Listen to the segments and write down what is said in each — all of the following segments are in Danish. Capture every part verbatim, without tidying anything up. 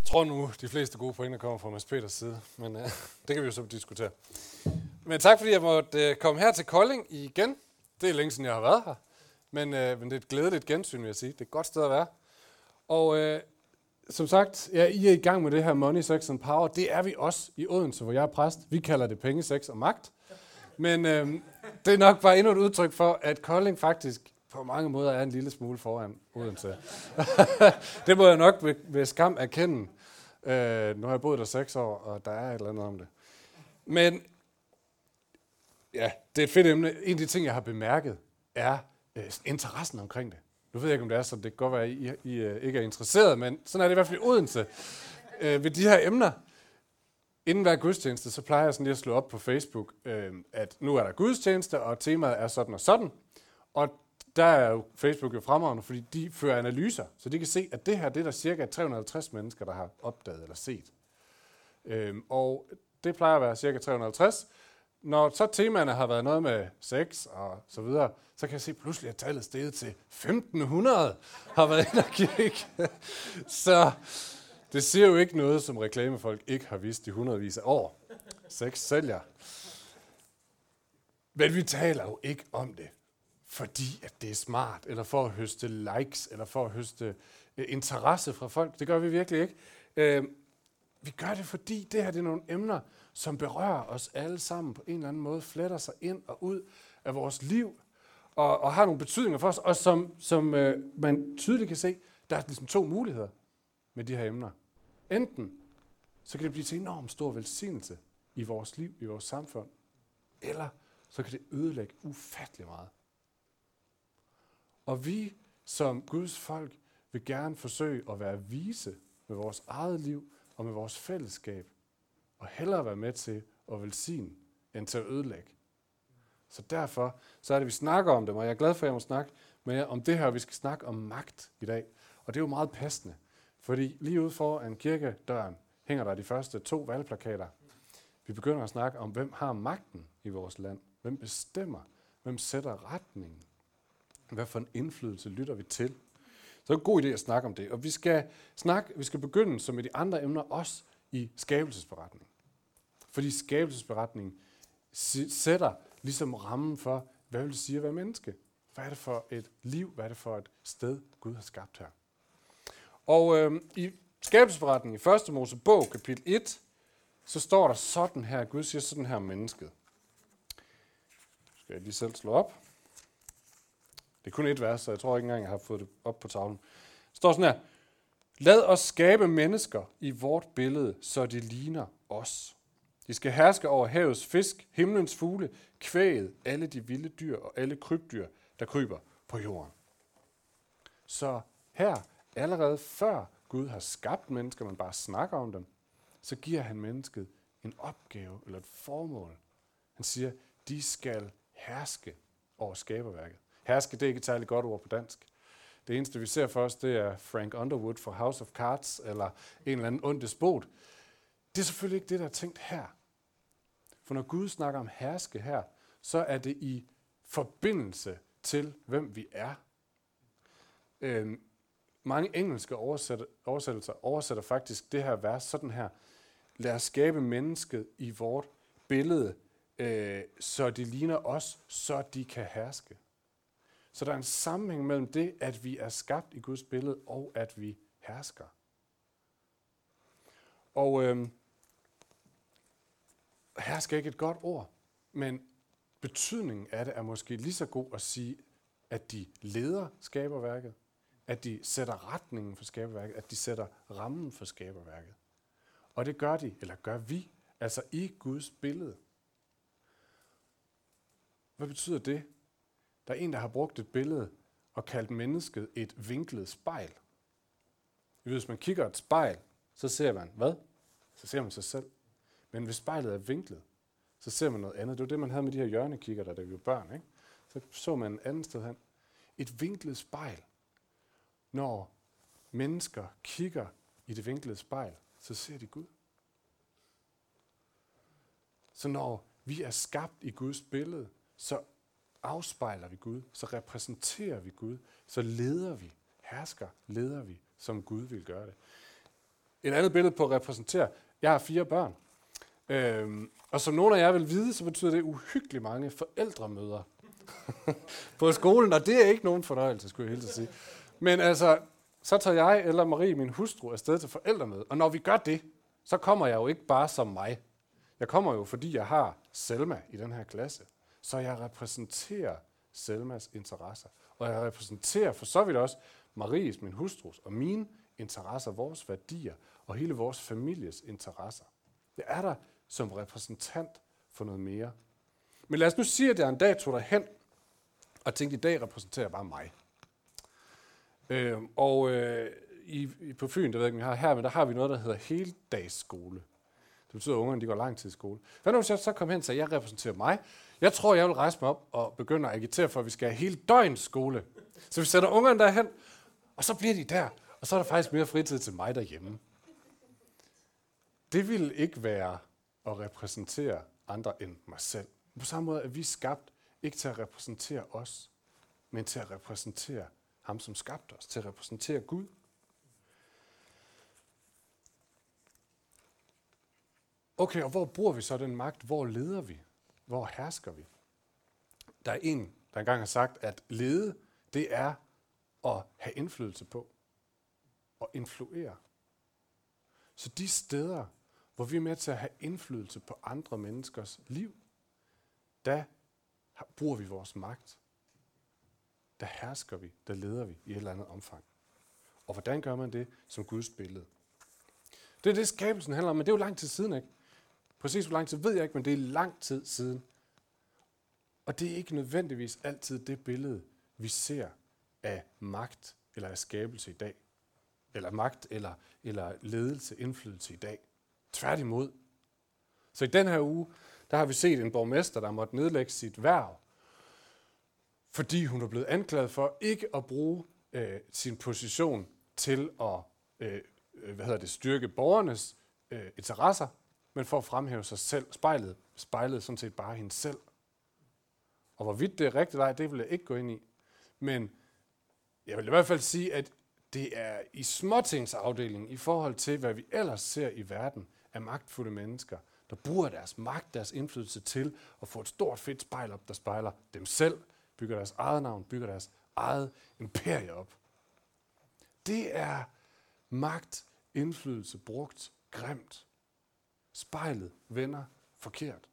tror nu, de fleste gode pointer kommer fra Mads Peters side, men uh, det kan vi jo så diskutere. Men tak fordi jeg måtte uh, komme her til Kolding igen. Det er længe siden jeg har været her, men, uh, men det er et glædeligt gensyn, vil jeg sige. Det er et godt sted at være. Og uh, som sagt, ja, I er i gang med det her Money, Sex and Power. Det er vi også i Odense, hvor jeg er præst. Vi kalder det penge, sex og magt. Men uh, det er nok bare endnu et udtryk for, at Kolding faktisk på mange måder er en lille smule foran Odense. Det må jeg nok ved, ved skam erkende. Øh, nu har jeg boet der seks år, og der er et eller andet om det. Men ja, det er et fedt emne. En af de ting, jeg har bemærket, er øh, interessen omkring det. Nu ved jeg ikke, om det er så. Det kan godt være, at I, I øh, ikke er interesseret, men sådan er det i hvert fald i Odense. Øh, ved de her emner, inden hver gudstjeneste, så plejer jeg sådan lige at slå op på Facebook, øh, at nu er der gudstjeneste, og temaet er sådan og sådan. Og der er jo Facebook jo fremragende, fordi de fører analyser, så de kan se, at det her, det er der cirka tre hundrede og halvtreds mennesker, der har opdaget eller set. Øhm, og det plejer at være cirka tre hundrede og halvtreds. Når så temaerne har været noget med sex og så videre, så kan jeg se pludselig, at tallet steget til femten hundrede har været inde og kigge. Så det siger jo ikke noget, som reklamefolk ikke har vidst i hundredvis af år. Sex sælger. Men vi taler jo ikke om det, fordi at det er smart, eller for at høste likes, eller for at høste uh, interesse fra folk. Det gør vi virkelig ikke. Uh, vi gør det, fordi det her det er nogle emner, som berører os alle sammen på en eller anden måde, fletter sig ind og ud af vores liv, og, og har nogle betydninger for os, og som, som uh, man tydeligt kan se, der er ligesom to muligheder med de her emner. Enten så kan det blive til enormt stor velsignelse i vores liv, i vores samfund, eller så kan det ødelægge ufattelig meget. Og vi som Guds folk vil gerne forsøge at være vise med vores eget liv og med vores fællesskab, og hellere være med til at velsigne, end til at ødelægge. Så derfor så er det, vi snakker om det, og jeg er glad for, at jeg må snakke med jer om det her, vi skal snakke om magt i dag. Og det er jo meget passende, fordi lige ude foran kirkedøren hænger der de første to valgplakater. Vi begynder at snakke om, hvem har magten i vores land, hvem bestemmer, hvem sætter retningen. Hvad for en indflydelse lytter vi til? Så det er en god idé at snakke om det. Og vi skal, snakke, vi skal begynde, som med de andre emner, også i skabelsesberetningen. Fordi skabelsesberetningen sætter ligesom rammen for, hvad vil det sige at være menneske? Hvad er det for et liv? Hvad er det for et sted, Gud har skabt her? Og øh, i skabelsesberetningen, i første Mosebog, kapitel et, så står der sådan her, Gud siger sådan her om mennesket. Skal jeg lige selv slå op? Det er kun et vers, så jeg tror ikke engang, jeg har fået det op på tavlen. Det står sådan her. Lad os skabe mennesker i vort billede, så de ligner os. De skal herske over havets fisk, himlens fugle, kvæget, alle de vilde dyr og alle krybdyr, der kryber på jorden. Så her, allerede før Gud har skabt mennesker, man bare snakker om dem, så giver han mennesket en opgave eller et formål. Han siger, de skal herske over skaberværket. Herske, det er ikke et særligt godt ord på dansk. Det eneste, vi ser for os, det er Frank Underwood fra House of Cards, eller en eller anden ond despot. Det er selvfølgelig ikke det, der er tænkt her. For når Gud snakker om herske her, så er det i forbindelse til, hvem vi er. Øhm, mange engelske oversættelser oversætter faktisk det her vers sådan her. Lad os skabe mennesket i vort billede, øh, så de ligner os, så de kan herske. Så der er en sammenhæng mellem det, at vi er skabt i Guds billede, og at vi hersker. Og øhm, hersker ikke et godt ord, men betydningen af det er måske lige så god at sige, at de leder skaberværket, at de sætter retningen for skaberværket, at de sætter rammen for skaberværket. Og det gør de, eller gør vi, altså i Guds billede. Hvad betyder det? Der er en, der har brugt et billede og kaldt mennesket et vinklet spejl. Hvis man kigger et spejl, så ser man hvad? Så ser man sig selv. Men hvis spejlet er vinklet, så ser man noget andet. Det var det, man havde med de her hjørnekikker, der vi var børn. Ikke? Så så man et andet sted hen. Et vinklet spejl. Når mennesker kigger i det vinklede spejl, så ser de Gud. Så når vi er skabt i Guds billede, så afspejler vi Gud, så repræsenterer vi Gud, så leder vi, hersker, leder vi, som Gud vil gøre det. Et andet billede på at repræsentere. Jeg har fire børn. Øhm, og som nogle af jer vil vide, så betyder det uhyggeligt mange forældremøder på skolen, og det er ikke nogen fornøjelse, skulle jeg helt sige. Men altså, så tager jeg eller Marie, min hustru, afsted til forældremøde. Og når vi gør det, så kommer jeg jo ikke bare som mig. Jeg kommer jo, fordi jeg har Selma i den her klasse. Så jeg repræsenterer Selmas interesser. Og jeg repræsenterer for så vidt også Maries, min hustrus, og mine interesser, vores værdier og hele vores families interesser. Jeg er der som repræsentant for noget mere. Men lad os nu sige, at jeg en dag tog derhen og tænkte, at i dag repræsenterer jeg bare mig. Øh, og øh, i, på Fyn, der ved jeg ikke, vi har her, men der har vi noget, der hedder heldagsskole. Det betyder, at ungerne de går lang tid i skole. Hvad nu hvis jeg så kom hen og sagde, at jeg repræsenterer mig? Jeg tror, jeg vil rejse mig op og begynde at agitere for, at vi skal have hele døgns skole. Så vi sætter ungerne derhen, og så bliver de der. Og så er der faktisk mere fritid til mig derhjemme. Det vil ikke være at repræsentere andre end mig selv. På samme måde er vi skabt ikke til at repræsentere os, men til at repræsentere ham, som skabte os. Til at repræsentere Gud. Okay, og hvor bruger vi så den magt? Hvor leder vi? Hvor hersker vi? Der er en, der engang har sagt, at lede, det er at have indflydelse på. Og influere. Så de steder, hvor vi er med til at have indflydelse på andre menneskers liv, der bruger vi vores magt. Der hersker vi, der leder vi i et eller andet omfang. Og hvordan gør man det som Guds billede? Det er det, skabelsen handler om, men det er jo lang tid siden, ikke? Præcis hvor lang tid ved jeg ikke, men det er lang tid siden. Og det er ikke nødvendigvis altid det billede, vi ser af magt eller af skabelse i dag. Eller magt eller, eller ledelse, indflydelse i dag. Tværtimod. Så i den her uge, der har vi set en borgmester, der måtte nedlægge sit hverv, fordi hun er blevet anklaget for ikke at bruge øh, sin position til at øh, hvad hedder det, styrke borgernes øh, interesser, men for at fremhæve sig selv. Spejlet, spejlet sådan set bare hende selv. Og hvorvidt det er rigtigt eller ej, det vil jeg ikke gå ind i. Men jeg vil i hvert fald sige, at det er i småtingsafdelingen i forhold til, hvad vi ellers ser i verden af magtfulde mennesker, der bruger deres magt, deres indflydelse til at få et stort fedt spejl op, der spejler dem selv, bygger deres eget navn, bygger deres eget imperie op. Det er magt, indflydelse brugt grimt. Spejlet vender forkert.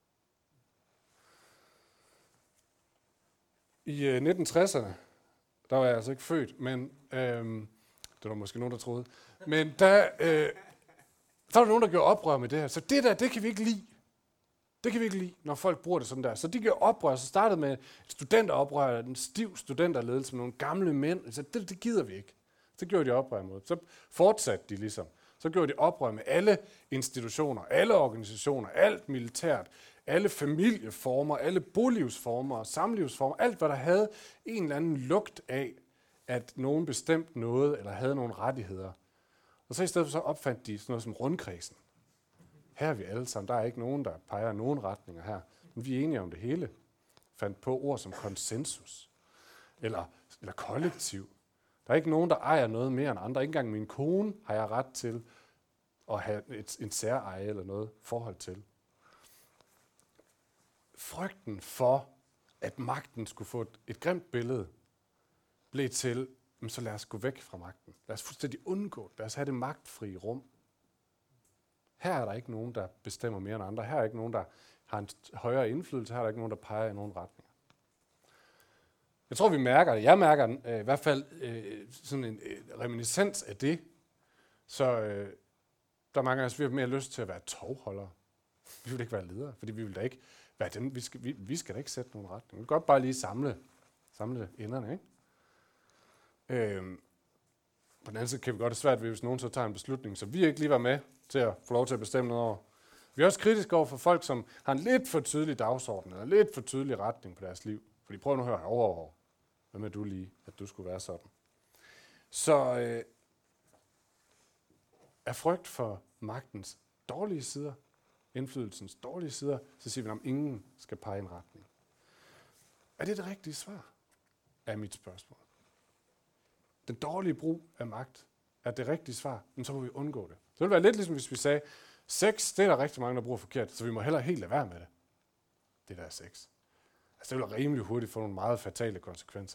I øh, nitten tresserne, der var jeg altså ikke født, men øhm, det var måske nogen, der troede, men der, øh, der var nogen, der gjorde oprør med det her. Så det der, det kan vi ikke lide. Det kan vi ikke lide, når folk bruger det sådan der. Så de gjorde oprør, så startede med et studenteroprør, en stiv studenterledelse med nogle gamle mænd. Så det, det gider vi ikke. Så gjorde de oprør imod. Så fortsatte de ligesom. Så gjorde de oprør med alle institutioner, alle organisationer, alt militært, alle familieformer, alle bolivsformer, samlivsformer, alt hvad der havde en eller anden lugt af, at nogen bestemt noget, eller havde nogle rettigheder. Og så i stedet for så opfandt de sådan noget som rundkredsen. Her er vi alle sammen. Der er ikke nogen, der peger nogen retninger her. Men vi er enige om det hele. Fandt på ord som konsensus. Eller, eller kollektiv. Der er ikke nogen, der ejer noget mere end andre. Ikke engang min kone har jeg ret til at have et, en særeje eller noget forhold til. Frygten for, at magten skulle få et, et grimt billede, blev til, men så lad os gå væk fra magten. Lad os fuldstændig undgå det. Lad os have det magtfrie rum. Her er der ikke nogen, der bestemmer mere end andre. Her er ikke nogen, der har en højere indflydelse. Her er der ikke nogen, der peger i nogen retninger. Jeg tror, vi mærker det. Jeg mærker den, øh, i hvert fald øh, sådan en øh, reminiscens af det. Så øh, der er mange af os, vi har mere lyst til at være tovholdere. Vi vil ikke være ledere, fordi vi vil da ikke være dem. Vi skal, vi, vi skal da ikke sætte nogen retning. Vi kan godt bare lige samle, samle enderne, ikke? Øh, på den anden side kan vi godt have svært ved, hvis nogen så tager en beslutning, så vi ikke lige var med til at få lov til at bestemme noget over. Vi er også kritiske over for folk, som har en lidt for tydelig dagsorden, eller lidt for tydelig retning på deres liv. Fordi prøv nu at høre over, over. Hvad med du lige, at du skulle være sådan? Så øh, er frygt for magtens dårlige sider, indflydelsens dårlige sider, så siger vi, at ingen skal pege en retning. Er det det rigtige svar? Er mit spørgsmål. Den dårlige brug af magt er det rigtige svar, men så må vi undgå det. Det ville være lidt ligesom hvis vi sagde, sex, det er der rigtig mange, der bruger forkert, så vi må hellere helt lade være med det. Det der er sex. Altså det vil rimelig hurtigt få nogle meget fatale konsekvenser.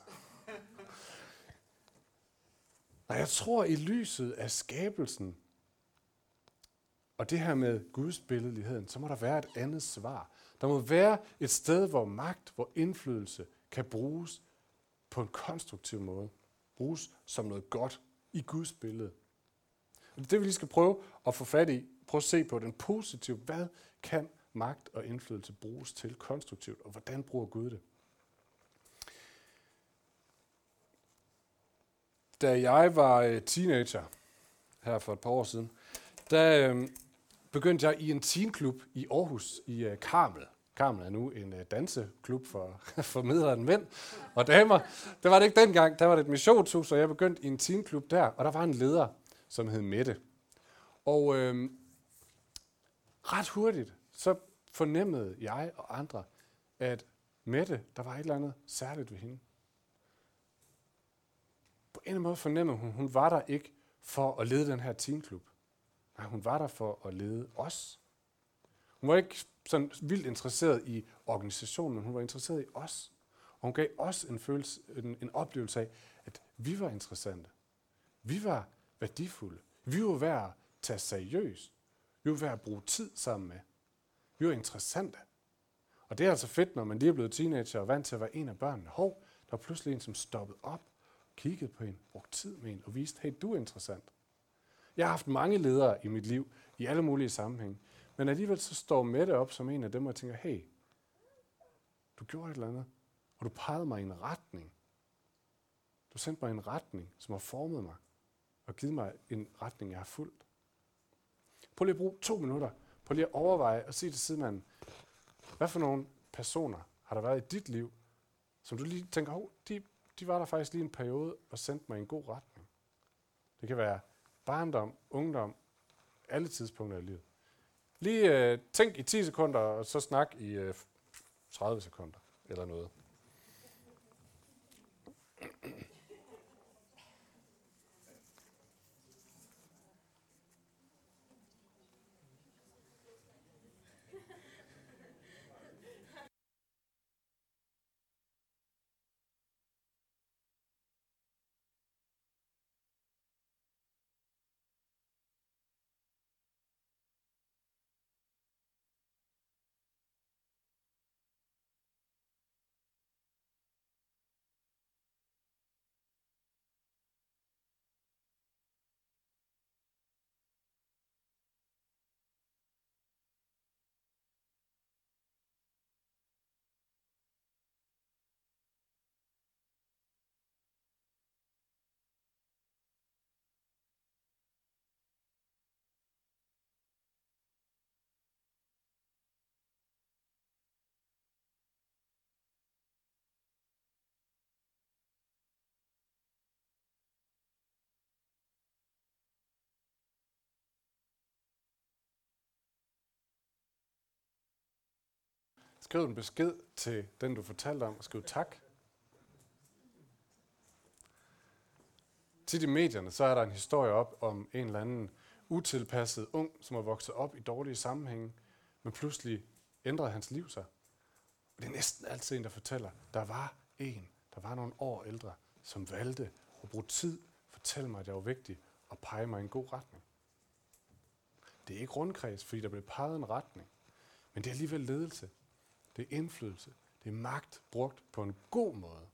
Og jeg tror i lyset af skabelsen, og det her med Guds billedligheden, så må der være et andet svar. Der må være et sted, hvor magt, hvor indflydelse kan bruges på en konstruktiv måde. Bruges som noget godt i Guds billede. Og det er det, vi lige skal prøve at få fat i. Prøv at se på den positive. Hvad kan magt og indflydelse bruges til konstruktivt, og hvordan bruger Gud det? Da jeg var teenager, her for et par år siden, der øh, begyndte jeg i en teenklub i Aarhus, i øh, Karmel. Karmel er nu en øh, danseklub for, for midlere mænd og damer. Det var det ikke dengang, der var det et missionshus, og jeg begyndte i en teenklub der, og der var en leder, som hed Mette. Og øh, ret hurtigt, så fornemmede jeg og andre, at Mette, der var et eller andet særligt ved hende. På en eller anden måde fornemmede hun, hun var der ikke for at lede den her teenklub. Nej, hun var der for at lede os. Hun var ikke sådan vildt interesseret i organisationen, men hun var interesseret i os. Og hun gav os en, følelse, en, en oplevelse af, at vi var interessante. Vi var værdifulde. Vi var værd at tage seriøst. Vi var værd at bruge tid sammen med. Vi var interessante. Og det er altså fedt, når man lige er blevet teenager og vant til at være en af børnene. Hov, der var pludselig en, som stoppede op, kiggede på en, brugte tid med en og viste, hey, du er interessant. Jeg har haft mange ledere i mit liv, i alle mulige sammenhænge. Men alligevel så står Mette op som en af dem, og tænker, hey, du gjorde et eller andet, og du pegede mig i en retning. Du sendte mig i en retning, som har formet mig, og givet mig en retning, jeg har fulgt. Prøv lige at bruge to minutter, prøv lige at overveje og sige til sidemanden, hvad for nogle personer har der været i dit liv, som du lige tænker, hov, de, de var der faktisk lige en periode og sendte mig i en god retning. Det kan være barndom, ungdom, alle tidspunkter i livet. Lige øh, tænk i ti sekunder, og så snak i øh, tredive sekunder, eller noget. Skriv en besked til den, du fortalte om, og skriv tak. Tit i medierne, så er der en historie op om en eller anden utilpasset ung, som er vokset op i dårlige sammenhænge, men pludselig ændrede hans liv sig. Og det er næsten altid en, der fortæller, der var en, der var nogle år ældre, som valgte at bruge tid, fortælle mig, at jeg var vigtig, og pege mig i en god retning. Det er ikke rundkreds, fordi der blev peget en retning, men det er alligevel ledelse. Det er indflydelse. Det er magt brugt på en god måde.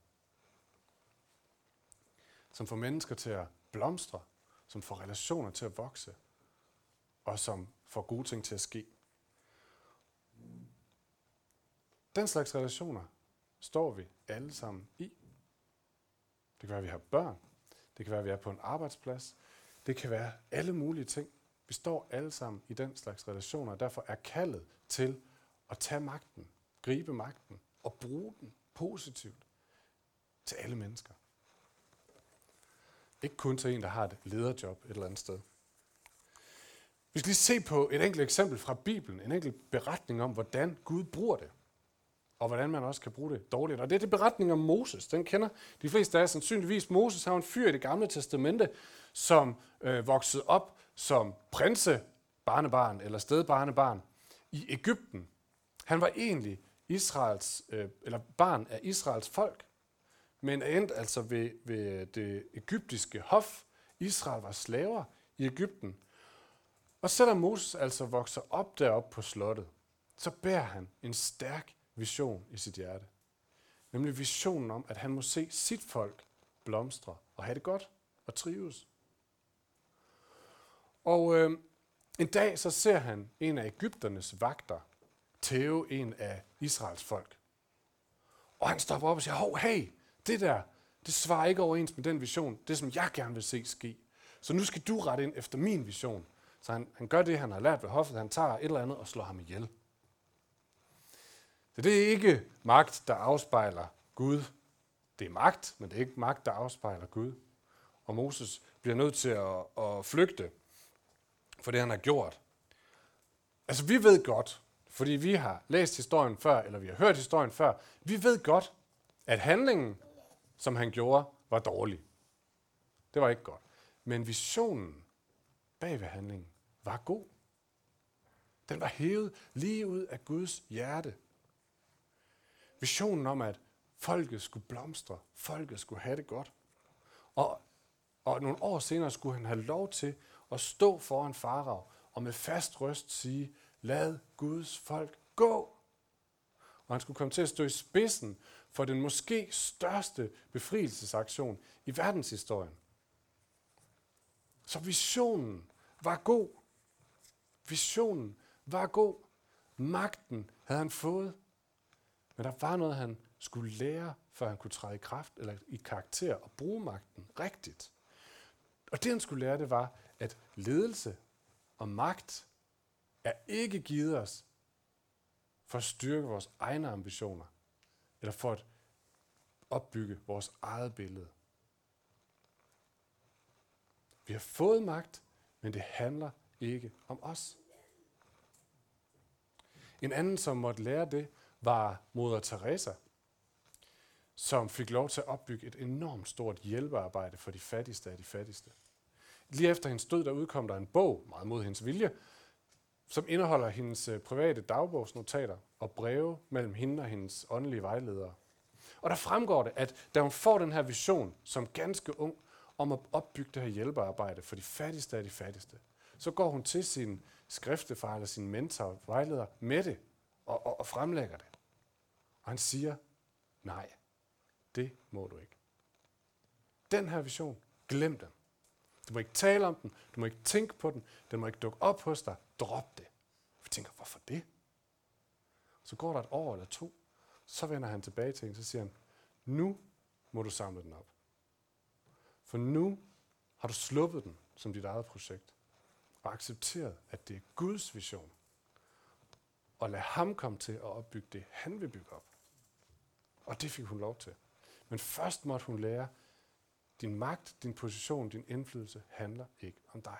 Som får mennesker til at blomstre, som får relationer til at vokse, og som får gode ting til at ske. Den slags relationer står vi alle sammen i. Det kan være, at vi har børn. Det kan være, at vi er på en arbejdsplads. Det kan være alle mulige ting. Vi står alle sammen i den slags relationer, og derfor er kaldet til at tage magten, gribe magten og bruge den positivt til alle mennesker. Ikke kun til en, der har et lederjob et eller andet sted. Vi skal lige se på et enkelt eksempel fra Bibelen, en enkelt beretning om, hvordan Gud bruger det. og hvordan man også kan bruge det dårligt. Og det er det beretning om Moses. Den kender de fleste af jer sandsynligvis. Moses var en fyr i Det Gamle Testamente, som øh, voksede op som prinse, barnebarn eller stedbarnebarn i Egypten. Han var egentlig Israels, øh, eller barn af Israels folk, men endte altså ved, ved det egyptiske hof. Israel var slaver i Egypten. Og selvom Moses altså vokser op deroppe på slottet, så bærer han en stærk vision i sit hjerte. Nemlig visionen om, at han må se sit folk blomstre og have det godt og trives. Og øh, en dag så ser han en af Egypternes vagter tæve en af Israels folk. Og han stopper op og siger, hov, hey, det der, det svarer ikke overens med den vision, det som jeg gerne vil se ske. Så nu skal du rette ind efter min vision. Så han, han gør det, han har lært ved hoffet, han tager et eller andet og slår ham ihjel. Så det er ikke magt, der afspejler Gud. Det er magt, men det er ikke magt, der afspejler Gud. Og Moses bliver nødt til at, at flygte for det, han har gjort. Altså, vi ved godt, fordi vi har læst historien før, eller vi har hørt historien før, vi ved godt, at handlingen, som han gjorde, var dårlig. Det var ikke godt. Men visionen bag ved handlingen var god. Den var hævet lige ud af Guds hjerte. Visionen om, at folket skulle blomstre, folket skulle have det godt. Og, og nogle år senere skulle han have lov til at stå foran farao og med fast røst sige, lad Guds folk gå. Og han skulle komme til at stå i spidsen for den måske største befrielsesaktion i verdenshistorien. Så visionen var god. Visionen var god. Magten havde han fået. Men der var noget, han skulle lære, før han kunne træde i kraft eller i karakter og bruge magten rigtigt. Og det, han skulle lære, det var, at ledelse og magt er ikke givet os for at styrke vores egne ambitioner, eller for at opbygge vores eget billede. Vi har fået magt, men det handler ikke om os. En anden, som måtte lære det, var Moder Teresa, som fik lov til at opbygge et enormt stort hjælpearbejde for de fattigste af de fattigste. Lige efter hendes død, der udkom der en bog, meget mod hendes vilje, som indeholder hendes private dagbogsnotater og breve mellem hende og hendes åndelige vejledere. Og der fremgår det, at da hun får den her vision som ganske ung, om at opbygge det her hjælpearbejde for de fattigste af de fattigste, så går hun til sin skriftefar eller sin mentor og vejleder med det og, og, og fremlægger det. Og han siger, nej, det må du ikke. Den her vision, glem den. Du må ikke tale om den, du må ikke tænke på den, den må ikke dukke op hos dig, drop det. Vi tænker, hvorfor det? Så går der et år eller to, så vender han tilbage til hende, så siger han, nu må du samle den op. For nu har du sluppet den som dit eget projekt, og accepteret, at det er Guds vision. Og lad ham komme til at opbygge det, han vil bygge op. Og det fik hun lov til. Men først måtte hun lære, din magt, din position, din indflydelse handler ikke om dig.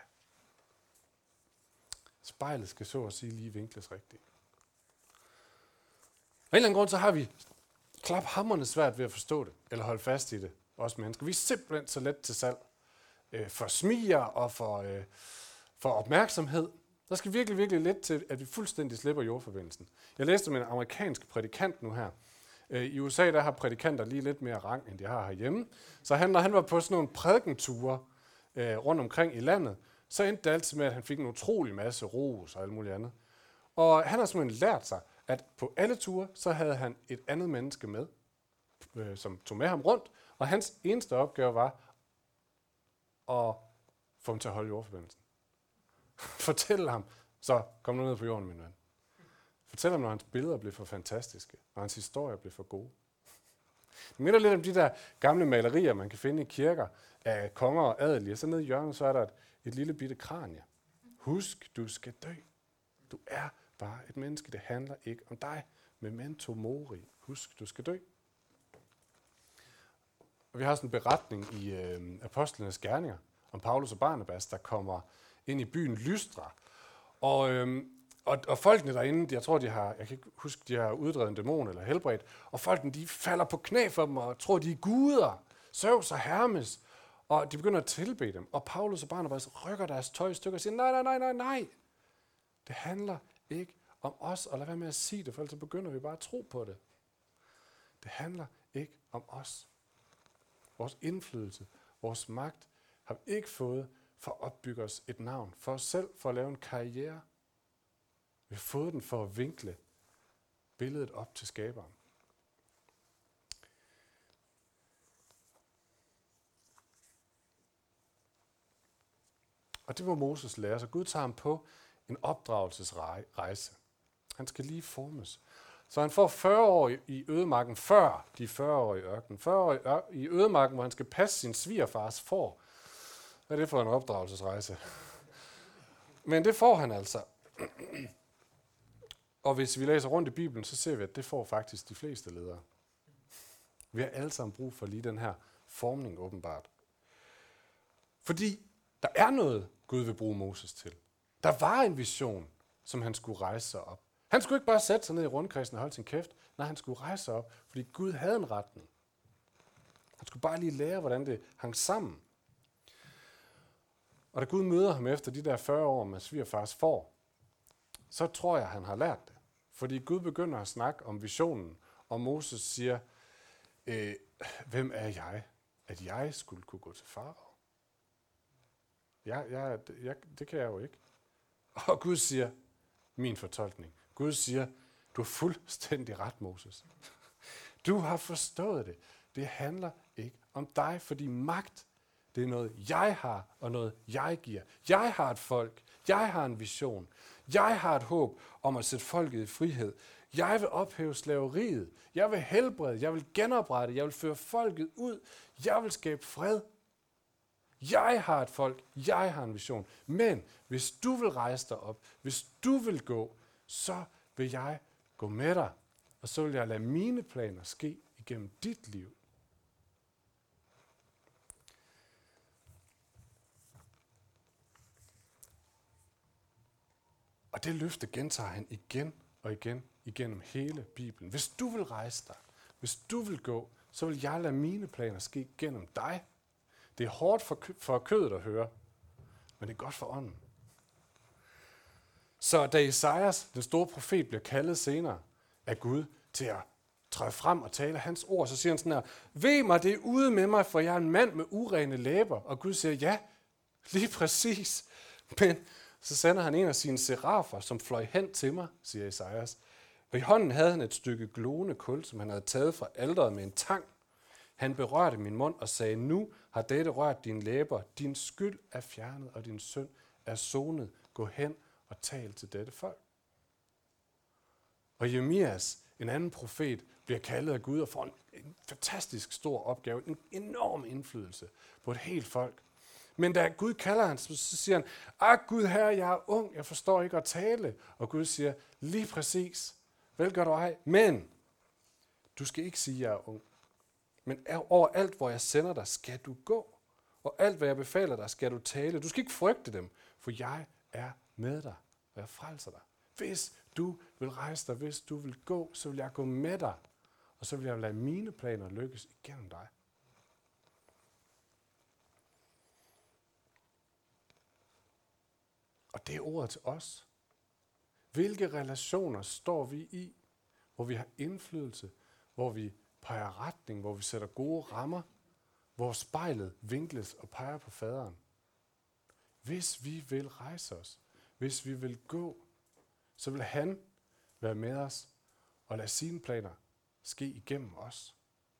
Spejlet skal så at sige lige vinkles rigtigt. Af en eller anden grund, så har vi klaphamrende svært ved at forstå det, eller holde fast i det, os mennesker. Vi er simpelthen så let til salg øh, for smiger og for, øh, for opmærksomhed. Der skal virkelig, virkelig let til, at vi fuldstændig slipper jordforbindelsen. Jeg læste om en amerikansk prædikant nu her. Øh, I U S A der har prædikanter lige lidt mere rang, end de har herhjemme. Så han, når han var på sådan nogle prædikenture øh, rundt omkring i landet, så endte det altid med, at han fik en utrolig masse ros og alt muligt andet. Og han har simpelthen lært sig, at på alle ture, så havde han et andet menneske med, øh, som tog med ham rundt, og hans eneste opgave var at få ham til at holde jordforbindelsen. Fortæl ham, så kom nu ned på jorden, min ven. Fortæl ham, når hans billeder blev for fantastiske, når hans historier blev for gode. Det minder lidt om de der gamle malerier, man kan finde i kirker af konger og adelige. Så nede i hjørnet, så er der et, et lille bitte kranie. Husk, du skal dø. Du er bare et menneske, det handler ikke om dig. Memento mori. Husk, du skal dø. Og vi har sådan en beretning i øh, Apostlenes Gerninger om Paulus og Barnabas, der kommer ind i byen Lystra. Og øh, Og, og folkene derinde, jeg tror, de har, jeg kan ikke huske, de har uddrevet en dæmon eller helbredt, og folkene, de falder på knæ for dem og tror, de er guder, Zeus og Hermes, og de begynder at tilbede dem. Og Paulus og Barnabas rykker deres tøj i stykker og siger, nej, nej, nej, nej, nej. Det handler ikke om os, og lad være med at sige det, for ellers begynder vi bare at tro på det. Det handler ikke om os. Vores indflydelse, vores magt, har vi ikke fået for at opbygge os et navn, for os selv, for at lave en karriere. Vi har fået den for at vinkle billedet op til skaberen. Og det må Moses lære, så Gud tager ham på en opdragelsesrejse. Han skal lige formes. Så han får fyrre år i ødemarken, før de fyrre år i ørkenen. fyrre år i ødemarken, hvor han skal passe sin svigerfars får. Hvad er det for en opdragelsesrejse? Men det får han altså. Og hvis vi læser rundt i Bibelen, så ser vi, at det får faktisk de fleste ledere. Vi har alle sammen brug for lige den her formning åbenbart. Fordi der er noget, Gud vil bruge Moses til. Der var en vision, som han skulle rejse sig op. Han skulle ikke bare sætte sig ned i rundkredsen og holde sin kæft. Nej, han skulle rejse sig op, fordi Gud havde en retning. Han skulle bare lige lære, hvordan det hang sammen. Og da Gud møder ham efter de der fyrre år med svigerfars får, så tror jeg, han har lært det. Fordi Gud begynder at snakke om visionen, og Moses siger, øh, hvem er jeg, at jeg skulle kunne gå til farao? Jeg, jeg, jeg, det kan jeg jo ikke. Og Gud siger, min fortolkning. Gud siger, du er fuldstændig ret, Moses. Du har forstået det. Det handler ikke om dig, fordi magt, det er noget, jeg har, og noget, jeg giver. Jeg har et folk. Jeg har en vision. Jeg har et håb om at sætte folket i frihed. Jeg vil ophæve slaveriet. Jeg vil helbrede. Jeg vil genoprette. Jeg vil føre folket ud. Jeg vil skabe fred. Jeg har et folk. Jeg har en vision. Men hvis du vil rejse dig op, hvis du vil gå, så vil jeg gå med dig. Og så vil jeg lade mine planer ske igennem dit liv. Og det løfte gentager han igen og igen igennem hele Bibelen. Hvis du vil rejse dig, hvis du vil gå, så vil jeg lade mine planer ske gennem dig. Det er hårdt for, kø- for kødet at høre, men det er godt for ånden. Så da Esajas, den store profet, bliver kaldet senere af Gud til at træde frem og tale hans ord, så siger han sådan her, ved mig, det er ude med mig, for jeg er en mand med urene læber. Og Gud siger, ja, lige præcis. Men så sender han en af sine serafer, som fløj hen til mig, siger Esajas. Og i hånden havde han et stykke glående kul, som han havde taget fra alteret med en tang. Han berørte min mund og sagde, nu har dette rørt dine læber. Din skyld er fjernet, og din synd er sonet. Gå hen og tal til dette folk. Og Jeremias, en anden profet, bliver kaldet af Gud og får en, en fantastisk stor opgave, en enorm indflydelse på et helt folk. Men da Gud kalder ham, så siger han, ah Gud herre, jeg er ung, jeg forstår ikke at tale. Og Gud siger, lige præcis, vel gør du ej, men du skal ikke sige, at jeg er ung. Men overalt, hvor jeg sender dig, skal du gå. Og alt, hvad jeg befaler dig, skal du tale. Du skal ikke frygte dem, for jeg er med dig, og jeg frelser dig. Hvis du vil rejse dig, hvis du vil gå, så vil jeg gå med dig. Og så vil jeg lade mine planer lykkes igennem dig. Og det er ordet til os. Hvilke relationer står vi i, hvor vi har indflydelse, hvor vi peger retning, hvor vi sætter gode rammer, hvor spejlet vinkles og peger på faderen. Hvis vi vil rejse os, hvis vi vil gå, så vil han være med os og lade sine planer ske igennem os.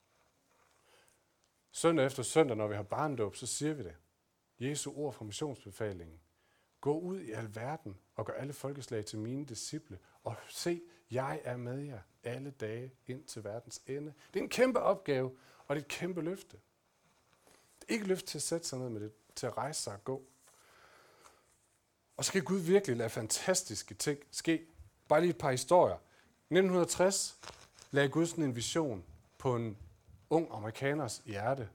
Søndag efter søndag, når vi har barndåb, så siger vi det. Jesu ord fra missionsbefalingen. Gå ud i al verden og gør alle folkeslag til mine disciple. Og se, jeg er med jer alle dage ind til verdens ende. Det er en kæmpe opgave, og det er et kæmpe løfte. Det er ikke løfte til at sætte sig ned med det, til at rejse sig og gå. Og så skal Gud virkelig lade fantastiske ting ske. Bare lige et par historier. I nitten tres lagde Gud sådan en vision på en ung amerikaners hjerte.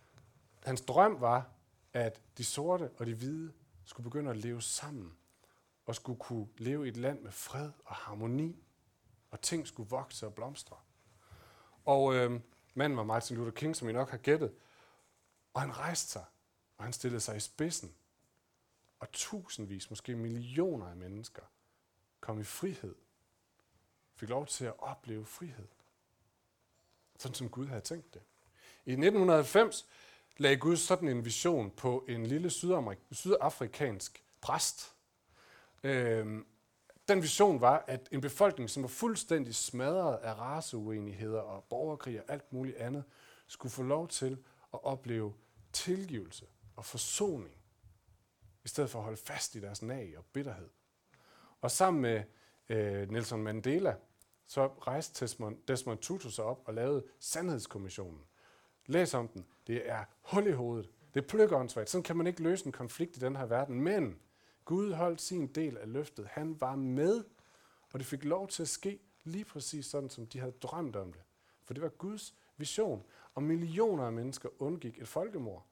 Hans drøm var, at de sorte og de hvide skulle begynde at leve sammen og skulle kunne leve i et land med fred og harmoni, og ting skulle vokse og blomstre. Og øh, manden var Martin Luther King, som I nok har gættet, og han rejste sig, og han stillede sig i spidsen, og tusindvis, måske millioner af mennesker kom i frihed, fik lov til at opleve frihed, sådan som Gud havde tænkt det. I nitten halvfems lagde Gud sådan en vision på en lille sydamerik- sydafrikansk præst. Øhm, den vision var, at en befolkning, som var fuldstændig smadret af raceuenigheder og borgerkrig og alt muligt andet, skulle få lov til at opleve tilgivelse og forsoning, i stedet for at holde fast i deres nag og bitterhed. Og sammen med øh, Nelson Mandela, så rejste Desmond, Desmond Tutu sig op og lavede Sandhedskommissionen. Læs om den. Det er hul i hovedet. Det er pløkkeåndssvagt. Sådan kan man ikke løse en konflikt i den her verden. Men Gud holdt sin del af løftet. Han var med, og det fik lov til at ske lige præcis sådan, som de havde drømt om det. For det var Guds vision, og millioner af mennesker undgik et folkemord.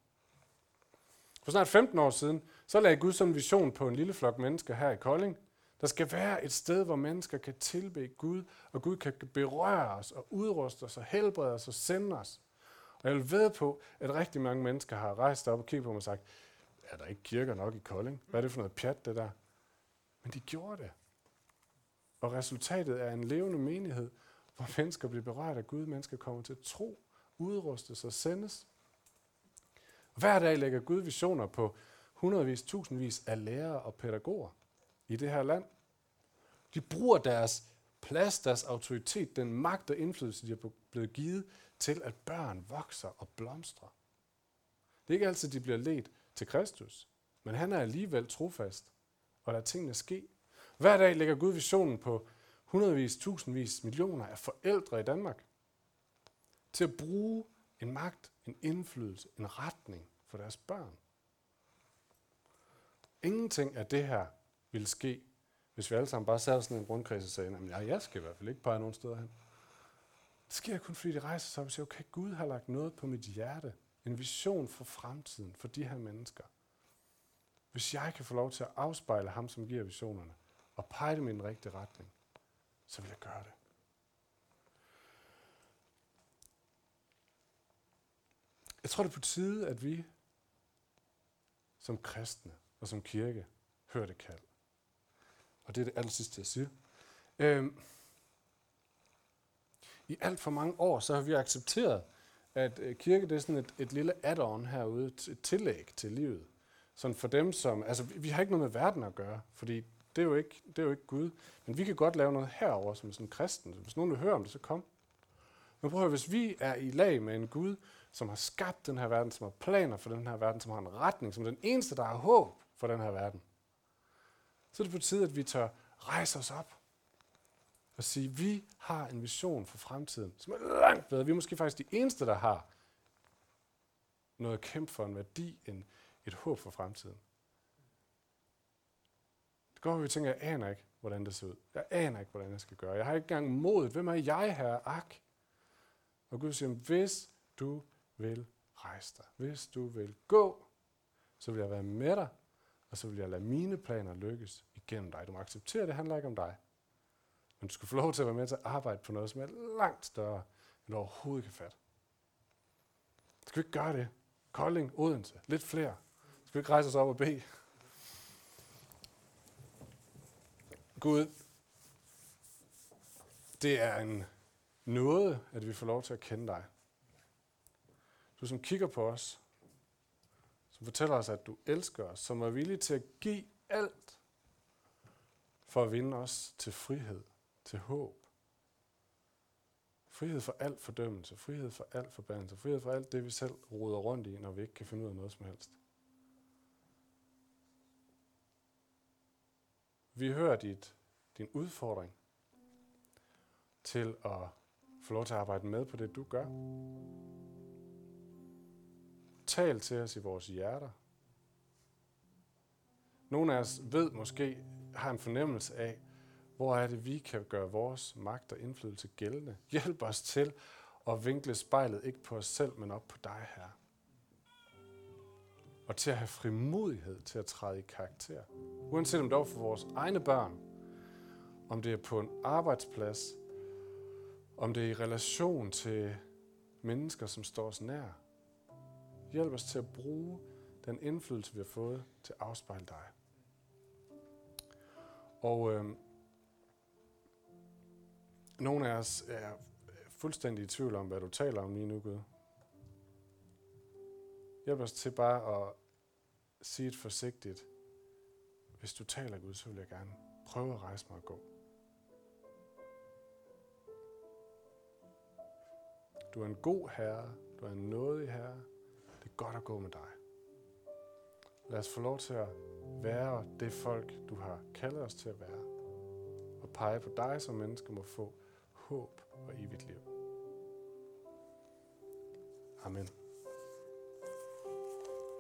For snart femten år siden, så lagde Gud sådan en vision på en lille flok mennesker her i Kolding. Der skal være et sted, hvor mennesker kan tilbede Gud, og Gud kan berøre os og udruste os og helbrede os og sende os. Og jeg vil ved på, at rigtig mange mennesker har rejst op og kigget på mig og sagt, er der ikke kirker nok i Kolding? Hvad er det for noget pjat, det der? Men de gjorde det. Og resultatet er en levende menighed, hvor mennesker bliver berørt af Gud, mennesker kommer til at tro, udrustes og sendes. Og hver dag lægger Gud visioner på hundredvis, tusindvis af lærere og pædagoger i det her land. De bruger deres plads, deres autoritet, den magt og indflydelse, de er blevet givet til, at børn vokser og blomstrer. Det er ikke altid, de bliver ledt til Kristus, men han er alligevel trofast og lader tingene ske. Hver dag lægger Gud visionen på hundredvis, tusindvis, millioner af forældre i Danmark til at bruge en magt, en indflydelse, en retning for deres børn. Ingenting af det her vil ske, hvis vi alle sammen bare sad sådan en rundkreds og sagde, nej, jeg skal i hvert fald ikke pege nogen steder hen. Det sker kun, fordi de rejser sig op og siger, okay, Gud har lagt noget på mit hjerte, en vision for fremtiden, for de her mennesker. Hvis jeg kan få lov til at afspejle ham, som giver visionerne, og pege dem i den rigtige retning, så vil jeg gøre det. Jeg tror, det er på tide, at vi som kristne og som kirke hører det kald. Og det er det aller sidste, jeg siger. Øhm, I alt for mange år, så har vi accepteret, at kirke det er sådan et, et lille add-on herude, et tillæg til livet. Sådan for dem, som... Altså, vi har ikke noget med verden at gøre, fordi det er jo ikke, det er jo ikke Gud. Men vi kan godt lave noget herover som sådan en kristen. Hvis nogen vil høre om det, så kom. Men prøv at høre, hvis vi er i lag med en Gud, som har skabt den her verden, som har planer for den her verden, som har en retning, som er den eneste, der har håb for den her verden, så er det på tide, at vi tør rejse os op og sige, at vi har en vision for fremtiden, som er langt bedre. Vi er måske faktisk de eneste, der har noget at kæmpe for, en værdi, en, et håb for fremtiden. Det går, at vi tænker, jeg aner ikke, hvordan det ser ud. Jeg aner ikke, hvordan jeg skal gøre. Jeg har ikke engang modet. Hvem er jeg her? Ak. Og Gud siger, hvis du vil rejse dig, hvis du vil gå, så vil jeg være med dig, og så vil jeg lade mine planer lykkes igennem dig. Du må acceptere, det handler ikke om dig. Men du skal få lov til at være med til at arbejde på noget, som er langt større, end du overhovedet kan fatte. Skal vi ikke gøre det? Kolding, Odense, lidt flere. Skal vi ikke rejse os op og bede? Gud, det er en nåde, at vi får lov til at kende dig. Du som kigger på os, som fortæller os, at du elsker os, som er villig til at give alt for at vinde os til frihed, til håb. Frihed for al fordømmelse, frihed for al forbandelse, frihed for alt det, vi selv roder rundt i, når vi ikke kan finde ud af noget som helst. Vi hører dit, din udfordring til at få lov til at arbejde med på det, du gør. Tal til os i vores hjerter. Nogle af os ved måske, har en fornemmelse af, hvor er det, vi kan gøre vores magt og indflydelse gældende. Hjælp os til at vinkle spejlet ikke på os selv, men op på dig, Herre. og til at have frimodighed til at træde i karakter. Uanset om det er for vores egne børn, om det er på en arbejdsplads, om det er i relation til mennesker, som står os nær. Hjælp os til at bruge den indflydelse, vi har fået, til at afspejle dig. Og øh, nogle af os er fuldstændig i tvivl om, hvad du taler om lige nu, Gud. Hjælp os til bare at sige et forsigtigt, hvis du taler, Gud, så vil jeg gerne prøve at rejse mig og gå. Du er en god herre, du er en nådig herre. Det er godt at gå med dig. Lad os få lov til at være det folk, du har kaldet os til at være. Og pege på dig, som mennesker må få håb og evigt liv. Amen.